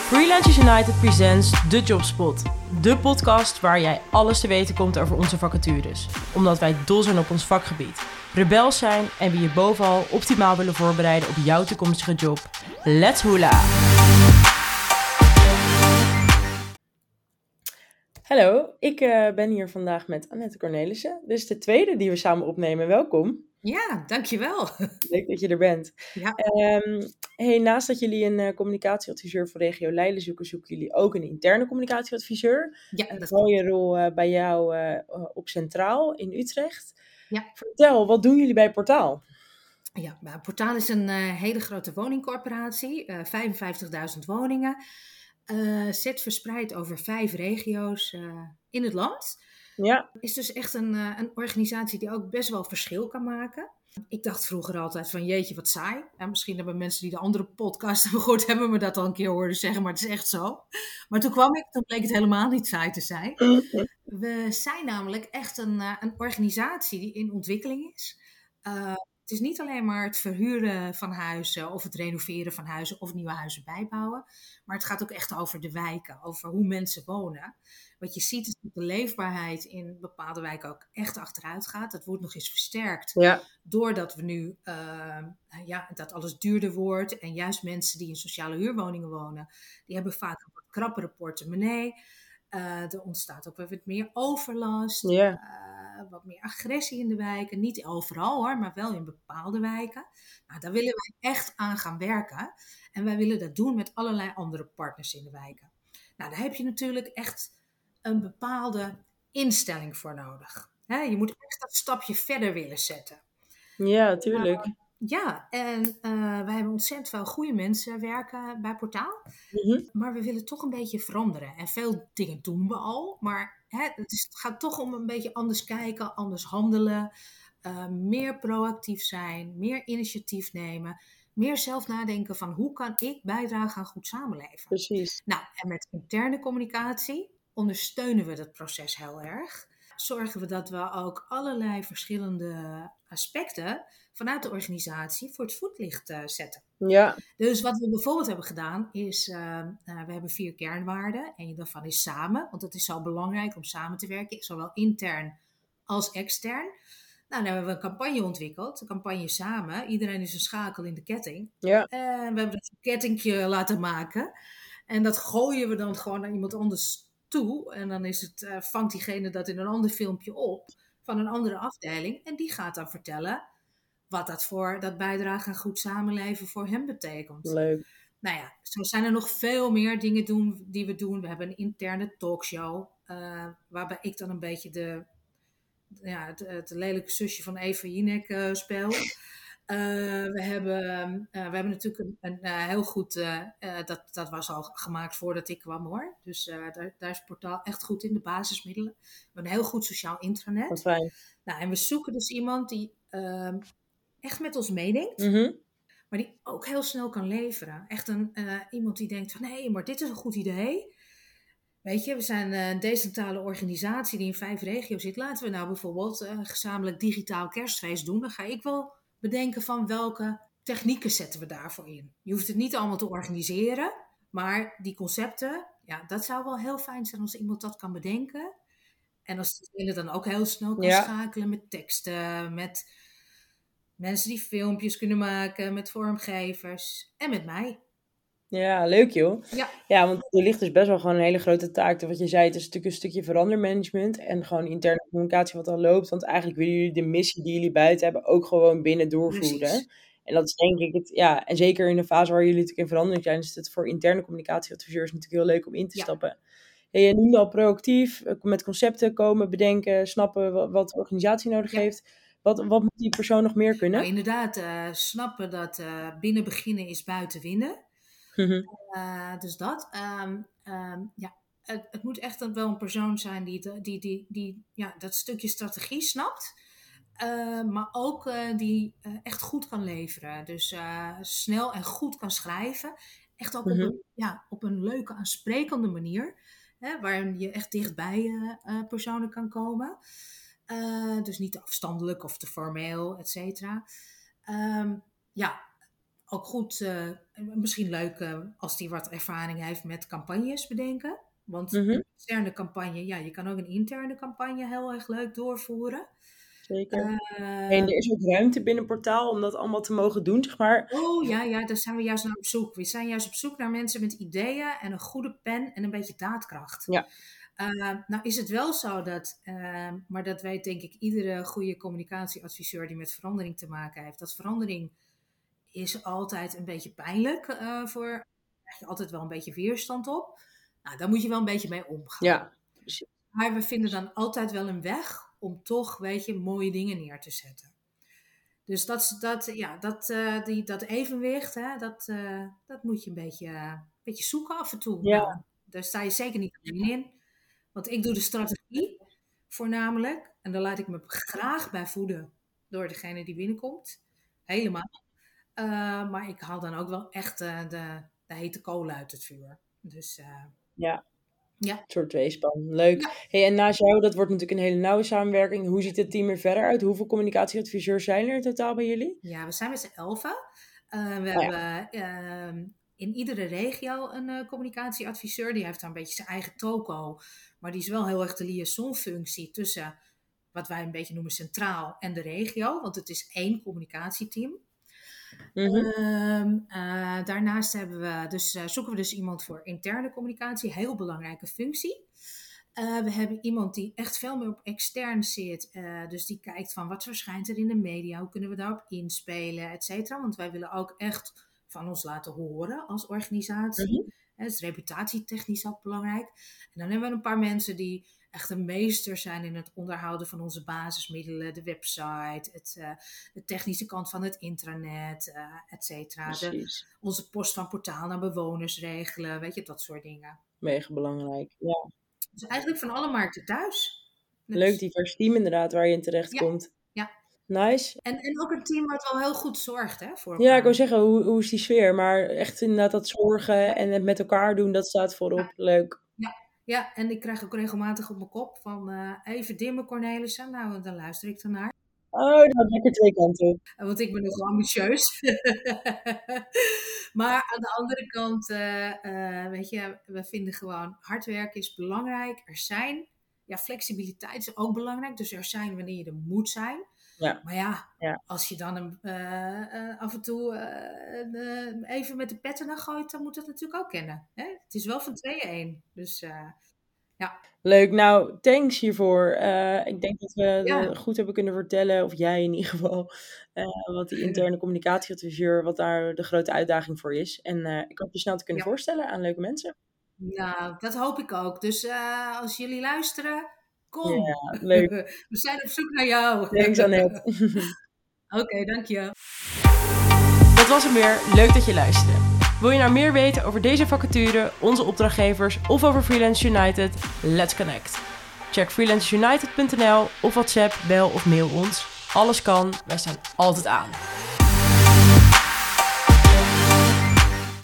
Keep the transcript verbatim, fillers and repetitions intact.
Freelancers United presents The Jobspot. De podcast waar jij alles te weten komt over onze vacatures. Omdat wij dol zijn op ons vakgebied, rebels zijn en we je bovenal optimaal willen voorbereiden op jouw toekomstige job. Let's hula! Hallo, ik uh, ben hier vandaag met Annette Cornelissen. Dit is de tweede die we samen opnemen. Welkom. Ja, dankjewel. Leuk dat je er bent. Ja. Um, hey, naast dat jullie een uh, communicatieadviseur voor regio Leiden zoeken, zoeken jullie ook een interne communicatieadviseur. Ja, een dat mooie rol uh, bij jou uh, op Centraal in Utrecht. Ja. Vertel, wat doen jullie bij Portaal? Ja, maar Portaal is een uh, hele grote woningcorporatie, uh, vijfenvijftigduizend woningen. Uh, zit verspreid over vijf regio's uh, in het land. Ja. Is dus echt een, uh, een organisatie die ook best wel verschil kan maken. Ik dacht vroeger altijd van jeetje wat saai. En misschien hebben mensen die de andere podcast hebben gehoord, hebben me dat al een keer horen zeggen, maar het is echt zo. Maar toen kwam ik, toen bleek het helemaal niet saai te zijn. We zijn namelijk echt een, uh, een organisatie die in ontwikkeling is. Uh, Het is niet alleen maar het verhuren van huizen of het renoveren van huizen of nieuwe huizen bijbouwen. Maar het gaat ook echt over de wijken, over hoe mensen wonen. Wat je ziet is dat de leefbaarheid in bepaalde wijken ook echt achteruit gaat. Dat wordt nog eens versterkt Ja. doordat we nu, uh, ja, dat alles duurder wordt. En juist mensen die in sociale huurwoningen wonen, die hebben vaak een wat krappere portemonnee. Uh, er ontstaat ook weer wat meer overlast. Ja. Uh, wat meer agressie in de wijken. Niet overal hoor, maar wel in bepaalde wijken. Nou, daar willen wij echt aan gaan werken. En wij willen dat doen met allerlei andere partners in de wijken. Nou, daar heb je natuurlijk echt een bepaalde instelling voor nodig. He, je moet echt dat stapje verder willen zetten. Ja, tuurlijk. Uh, ja, en uh, wij hebben ontzettend veel goede mensen werken bij Portaal. Mm-hmm. Maar we willen toch een beetje veranderen. En veel dingen doen we al. Maar hè, het, is, het gaat toch om een beetje anders kijken, anders handelen. Uh, meer proactief zijn, meer initiatief nemen. Meer zelf nadenken van hoe kan ik bijdragen aan goed samenleven. Precies. Nou, en met interne communicatie ondersteunen we dat proces heel erg. Zorgen we dat we ook allerlei verschillende aspecten vanuit de organisatie voor het voetlicht uh, zetten. Ja. Dus wat we bijvoorbeeld hebben gedaan is, uh, uh, we hebben vier kernwaarden. Eén daarvan is samen, want het is zo belangrijk om samen te werken, zowel intern als extern. Nou, dan hebben we een campagne ontwikkeld, de campagne samen. Iedereen is een schakel in de ketting. Ja. En we hebben dat een kettingje laten maken. En dat gooien we dan gewoon naar iemand anders toe. En dan is het, uh, vangt diegene dat in een ander filmpje op van een andere afdeling. En die gaat dan vertellen wat dat voor dat bijdrage aan goed samenleven voor hem betekent. Leuk. Nou ja, zo zijn er nog veel meer dingen doen, die we doen. We hebben een interne talkshow, uh, waarbij ik dan een beetje de, ja, het, het lelijke zusje van Eva Jinek uh, speel. Uh, we, hebben, uh, we hebben natuurlijk een, een uh, heel goed, uh, uh, dat, dat was al gemaakt voordat ik kwam hoor. Dus uh, daar, daar is Portaal echt goed in, de basismiddelen. We hebben een heel goed sociaal intranet. Wat fijn. Nou, en we zoeken dus iemand die uh, echt met ons meedenkt. Mm-hmm. Maar die ook heel snel kan leveren. Echt een, uh, iemand die denkt van, hé, hey, maar dit is een goed idee. Weet je, we zijn uh, een decentrale organisatie die in vijf regio's zit. Laten we nou bijvoorbeeld uh, gezamenlijk digitaal kerstfeest doen. Dan ga ik wel bedenken van welke technieken zetten we daarvoor in. Je hoeft het niet allemaal te organiseren. Maar die concepten, ja, dat zou wel heel fijn zijn als iemand dat kan bedenken. En als diegene dan ook heel snel kan Ja. schakelen met teksten, met mensen die filmpjes kunnen maken, met vormgevers en met mij. Ja, leuk joh. Ja. Ja, want er ligt dus best wel gewoon een hele grote taak. Wat je zei, het is natuurlijk een stukje verandermanagement en gewoon interne communicatie wat al loopt. Want eigenlijk willen jullie de missie die jullie buiten hebben ook gewoon binnen doorvoeren. Precies. En dat is denk ik het, ja, en zeker in de fase waar jullie natuurlijk in verandering zijn, is het voor interne communicatieadviseurs natuurlijk heel leuk om in te Ja. stappen. Hey, je noemde al proactief, met concepten komen, bedenken, snappen wat, wat de organisatie nodig Ja. heeft. Wat, wat moet die persoon nog meer kunnen? Nou, inderdaad, uh, snappen dat uh, binnen beginnen is buiten winnen. Mm-hmm. Uh, dus dat. Um, um, ja, het, het moet echt wel een persoon zijn die, die, die, die ja, dat stukje strategie snapt. Uh, maar ook uh, die uh, echt goed kan leveren. Dus uh, snel en goed kan schrijven. Echt ook Mm-hmm. op, een, ja, op een leuke, aansprekende manier. Hè, waarin je echt dichtbij uh, uh, personen kan komen. Uh, dus niet te afstandelijk of te formeel, et cetera. Um, ja, ook goed, uh, misschien leuk uh, als die wat ervaring heeft met campagnes bedenken. Want mm-hmm. een externe campagne, ja, je kan ook een interne campagne heel erg leuk doorvoeren. Zeker. Uh, en er is ook ruimte binnen Portaal om dat allemaal te mogen doen, zeg maar. Oh ja, ja, daar zijn we juist naar op zoek. We zijn juist op zoek naar mensen met ideeën en een goede pen en een beetje daadkracht. Ja. Uh, nou is het wel zo dat, uh, maar dat weet denk ik iedere goede communicatieadviseur die met verandering te maken heeft, dat verandering is altijd een beetje pijnlijk uh, voor, daar krijg je altijd wel een beetje weerstand op. Nou, daar moet je wel een beetje mee omgaan. Ja. Maar we vinden dan altijd wel een weg om toch, weet je, mooie dingen neer te zetten. Dus dat, dat, ja, dat, uh, die, dat evenwicht, hè, dat, uh, dat moet je een beetje, uh, een beetje zoeken af en toe. Ja. Nou, daar sta je zeker niet alleen in. Want ik doe de strategie voornamelijk. En daar laat ik me graag bij voeden door degene die binnenkomt. Helemaal. Uh, maar ik haal dan ook wel echt uh, de, de hete kolen uit het vuur. Dus uh, ja. Ja. Een soort tweespan. Leuk. Ja. Hey, en naast jou, dat wordt natuurlijk een hele nauwe samenwerking. Hoe ziet het team er verder uit? Hoeveel communicatieadviseurs zijn er in totaal bij jullie? Ja, we zijn met z'n elfen. Uh, we oh, hebben ja. uh, in iedere regio een uh, communicatieadviseur. Die heeft dan een beetje zijn eigen toko. Maar die is wel heel erg de liaisonfunctie tussen wat wij een beetje noemen centraal en de regio. Want het is één communicatieteam. Mm-hmm. Um, uh, daarnaast hebben we dus, uh, zoeken we dus iemand voor interne communicatie, heel belangrijke functie. Uh, we hebben iemand die echt veel meer op extern zit, uh, dus die kijkt van wat verschijnt er in de media, hoe kunnen we daarop inspelen, et cetera. Want wij willen ook echt van ons laten horen als organisatie. Mm-hmm. Het is reputatietechnisch ook belangrijk. En dan hebben we een paar mensen die echt een meester zijn in het onderhouden van onze basismiddelen, de website, het, uh, de technische kant van het intranet, uh, et cetera. De, onze post van portaal naar bewoners regelen, weet je, dat soort dingen. Mega belangrijk, ja. Dus eigenlijk van alle markten thuis. Dus, leuk, divers team inderdaad, waar je in terecht ja, komt. Ja. Nice. En, en ook een team wat wel heel goed zorgt, hè, voor elkaar. Ja, ik wou zeggen, hoe, hoe is die sfeer? Maar echt inderdaad dat zorgen en het met elkaar doen, dat staat voorop. Ja. Leuk. Ja. Ja, en ik krijg ook regelmatig op mijn kop van uh, even dimmen Cornelissen. Nou, dan luister ik ernaar. Oh, dat lekker twee kanten op. Want ik ben nogal ambitieus. Maar aan de andere kant, uh, uh, weet je, we vinden gewoon hard werken is belangrijk. Er zijn, ja, flexibiliteit is ook belangrijk. Dus er zijn wanneer je er moet zijn. Ja. Maar ja, ja, als je dan een, uh, uh, af en toe uh, uh, even met de petten naar gooit, dan moet dat natuurlijk ook kennen. Hè? Het is wel van tweeën één. Dus uh, ja. Leuk, nou, thanks hiervoor. Uh, ik denk dat we ja. goed hebben kunnen vertellen, of jij in ieder geval, uh, wat die interne communicatieadviseur, wat daar de grote uitdaging voor is. En uh, ik hoop je snel te kunnen ja. voorstellen aan leuke mensen. Nou, dat hoop ik ook. Dus uh, als jullie luisteren, kom. Ja, leuk. We zijn op zoek naar jou. Thanks, Annette. Oké, okay, dank je. Dat was hem weer. Leuk dat je luisterde. Wil je nou meer weten over deze vacature, onze opdrachtgevers of over Freelance United? Let's connect. Check freelance united punt n l of WhatsApp, bel of mail ons. Alles kan, wij staan altijd aan.